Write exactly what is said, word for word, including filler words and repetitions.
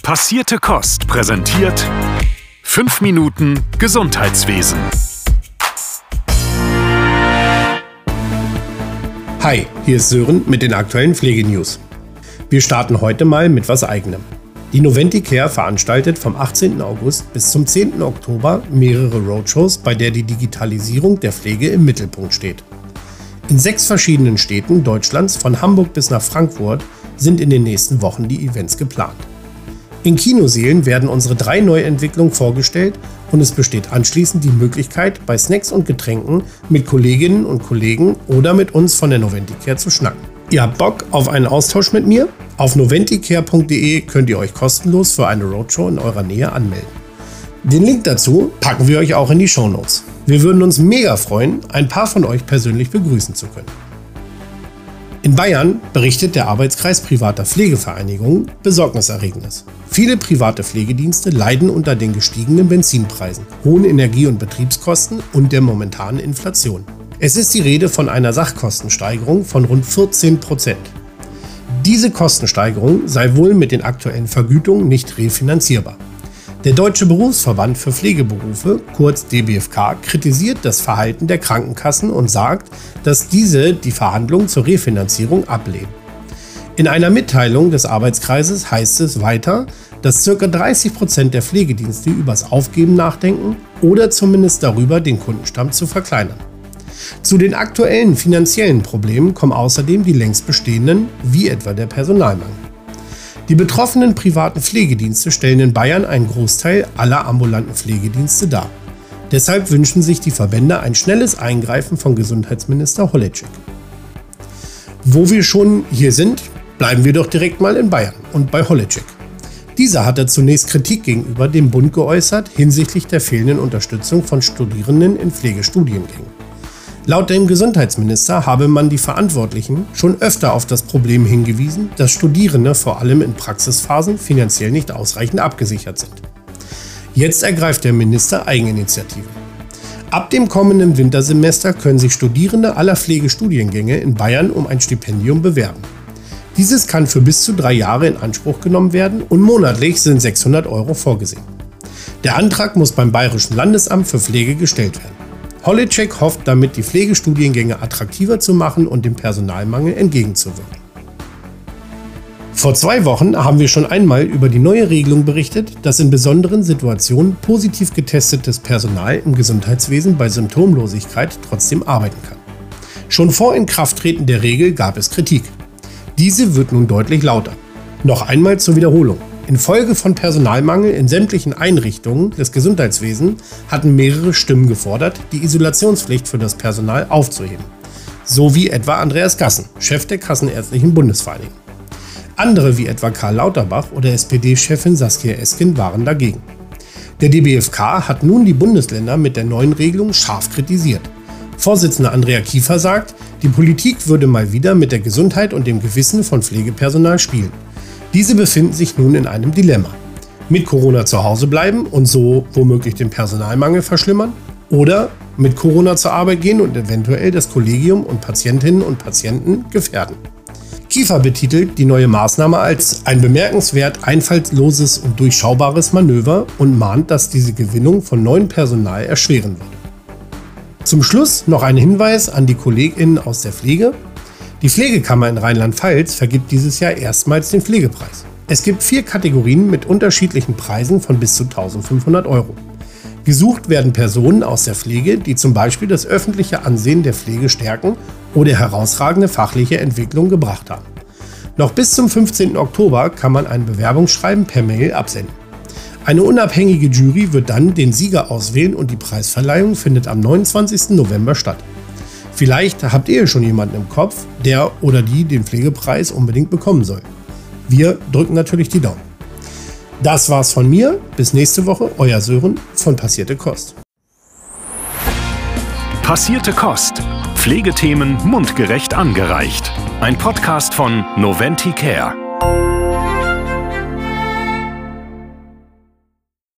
Passierte Kost präsentiert fünf Minuten Gesundheitswesen. Hi, hier ist Sören mit den aktuellen Pflegenews. Wir starten heute mal mit was Eigenem. Die Noventicare veranstaltet vom achtzehnten August bis zum zehnten Oktober mehrere Roadshows, bei der die Digitalisierung der Pflege im Mittelpunkt steht. In sechs verschiedenen Städten Deutschlands, von Hamburg bis nach Frankfurt, sind in den nächsten Wochen die Events geplant. In Kinosälen werden unsere drei Neuentwicklungen vorgestellt und es besteht anschließend die Möglichkeit, bei Snacks und Getränken mit Kolleginnen und Kollegen oder mit uns von der Noventicare zu schnacken. Ihr habt Bock auf einen Austausch mit mir? Auf noventicare punkt de könnt ihr euch kostenlos für eine Roadshow in eurer Nähe anmelden. Den Link dazu packen wir euch auch in die Shownotes. Wir würden uns mega freuen, ein paar von euch persönlich begrüßen zu können. In Bayern berichtet der Arbeitskreis privater Pflegevereinigungen Besorgniserregendes. Viele private Pflegedienste leiden unter den gestiegenen Benzinpreisen, hohen Energie- und Betriebskosten und der momentanen Inflation. Es ist die Rede von einer Sachkostensteigerung von rund vierzehn Prozent. Diese Kostensteigerung sei wohl mit den aktuellen Vergütungen nicht refinanzierbar. Der Deutsche Berufsverband für Pflegeberufe, kurz D B F K, kritisiert das Verhalten der Krankenkassen und sagt, dass diese die Verhandlungen zur Refinanzierung ablehnen. In einer Mitteilung des Arbeitskreises heißt es weiter, dass ca. dreißig Prozent der Pflegedienste übers Aufgeben nachdenken oder zumindest darüber, den Kundenstamm zu verkleinern. Zu den aktuellen finanziellen Problemen kommen außerdem die längst bestehenden, wie etwa der Personalmangel. Die betroffenen privaten Pflegedienste stellen in Bayern einen Großteil aller ambulanten Pflegedienste dar. Deshalb wünschen sich die Verbände ein schnelles Eingreifen von Gesundheitsminister Holleczek. Wo wir schon hier sind, bleiben wir doch direkt mal in Bayern und bei Holleczek. Dieser hatte zunächst Kritik gegenüber dem Bund geäußert hinsichtlich der fehlenden Unterstützung von Studierenden in Pflegestudiengängen. Laut dem Gesundheitsminister habe man die Verantwortlichen schon öfter auf das Problem hingewiesen, dass Studierende vor allem in Praxisphasen finanziell nicht ausreichend abgesichert sind. Jetzt ergreift der Minister Eigeninitiative. Ab dem kommenden Wintersemester können sich Studierende aller Pflegestudiengänge in Bayern um ein Stipendium bewerben. Dieses kann für bis zu drei Jahre in Anspruch genommen werden und monatlich sind sechshundert Euro vorgesehen. Der Antrag muss beim Bayerischen Landesamt für Pflege gestellt werden. Holleczek hofft damit, die Pflegestudiengänge attraktiver zu machen und dem Personalmangel entgegenzuwirken. Vor zwei Wochen haben wir schon einmal über die neue Regelung berichtet, dass in besonderen Situationen positiv getestetes Personal im Gesundheitswesen bei Symptomlosigkeit trotzdem arbeiten kann. Schon vor Inkrafttreten der Regel gab es Kritik. Diese wird nun deutlich lauter. Noch einmal zur Wiederholung. Infolge von Personalmangel in sämtlichen Einrichtungen des Gesundheitswesens hatten mehrere Stimmen gefordert, die Isolationspflicht für das Personal aufzuheben. So wie etwa Andreas Gassen, Chef der Kassenärztlichen Bundesvereinigung. Andere wie etwa Karl Lauterbach oder S P D-Chefin Saskia Esken waren dagegen. Der D B F K hat nun die Bundesländer mit der neuen Regelung scharf kritisiert. Vorsitzender Andrea Kiefer sagt, die Politik würde mal wieder mit der Gesundheit und dem Gewissen von Pflegepersonal spielen. Diese befinden sich nun in einem Dilemma. Mit Corona zu Hause bleiben und so womöglich den Personalmangel verschlimmern oder mit Corona zur Arbeit gehen und eventuell das Kollegium und Patientinnen und Patienten gefährden. Kiefer betitelt die neue Maßnahme als ein bemerkenswert einfallsloses und durchschaubares Manöver und mahnt, dass diese Gewinnung von neuem Personal erschweren würde. Zum Schluss noch ein Hinweis an die KollegInnen aus der Pflege. Die Pflegekammer in Rheinland-Pfalz vergibt dieses Jahr erstmals den Pflegepreis. Es gibt vier Kategorien mit unterschiedlichen Preisen von bis zu eintausendfünfhundert Euro. Gesucht werden Personen aus der Pflege, die zum Beispiel das öffentliche Ansehen der Pflege stärken oder herausragende fachliche Entwicklung gebracht haben. Noch bis zum fünfzehnten Oktober kann man ein Bewerbungsschreiben per Mail absenden. Eine unabhängige Jury wird dann den Sieger auswählen und die Preisverleihung findet am neunundzwanzigsten November statt. Vielleicht habt ihr schon jemanden im Kopf, der oder die den Pflegepreis unbedingt bekommen soll. Wir drücken natürlich die Daumen. Das war's von mir. Bis nächste Woche, euer Sören von Passierte Kost. Passierte Kost. Pflegethemen mundgerecht angereicht. Ein Podcast von Noventicare.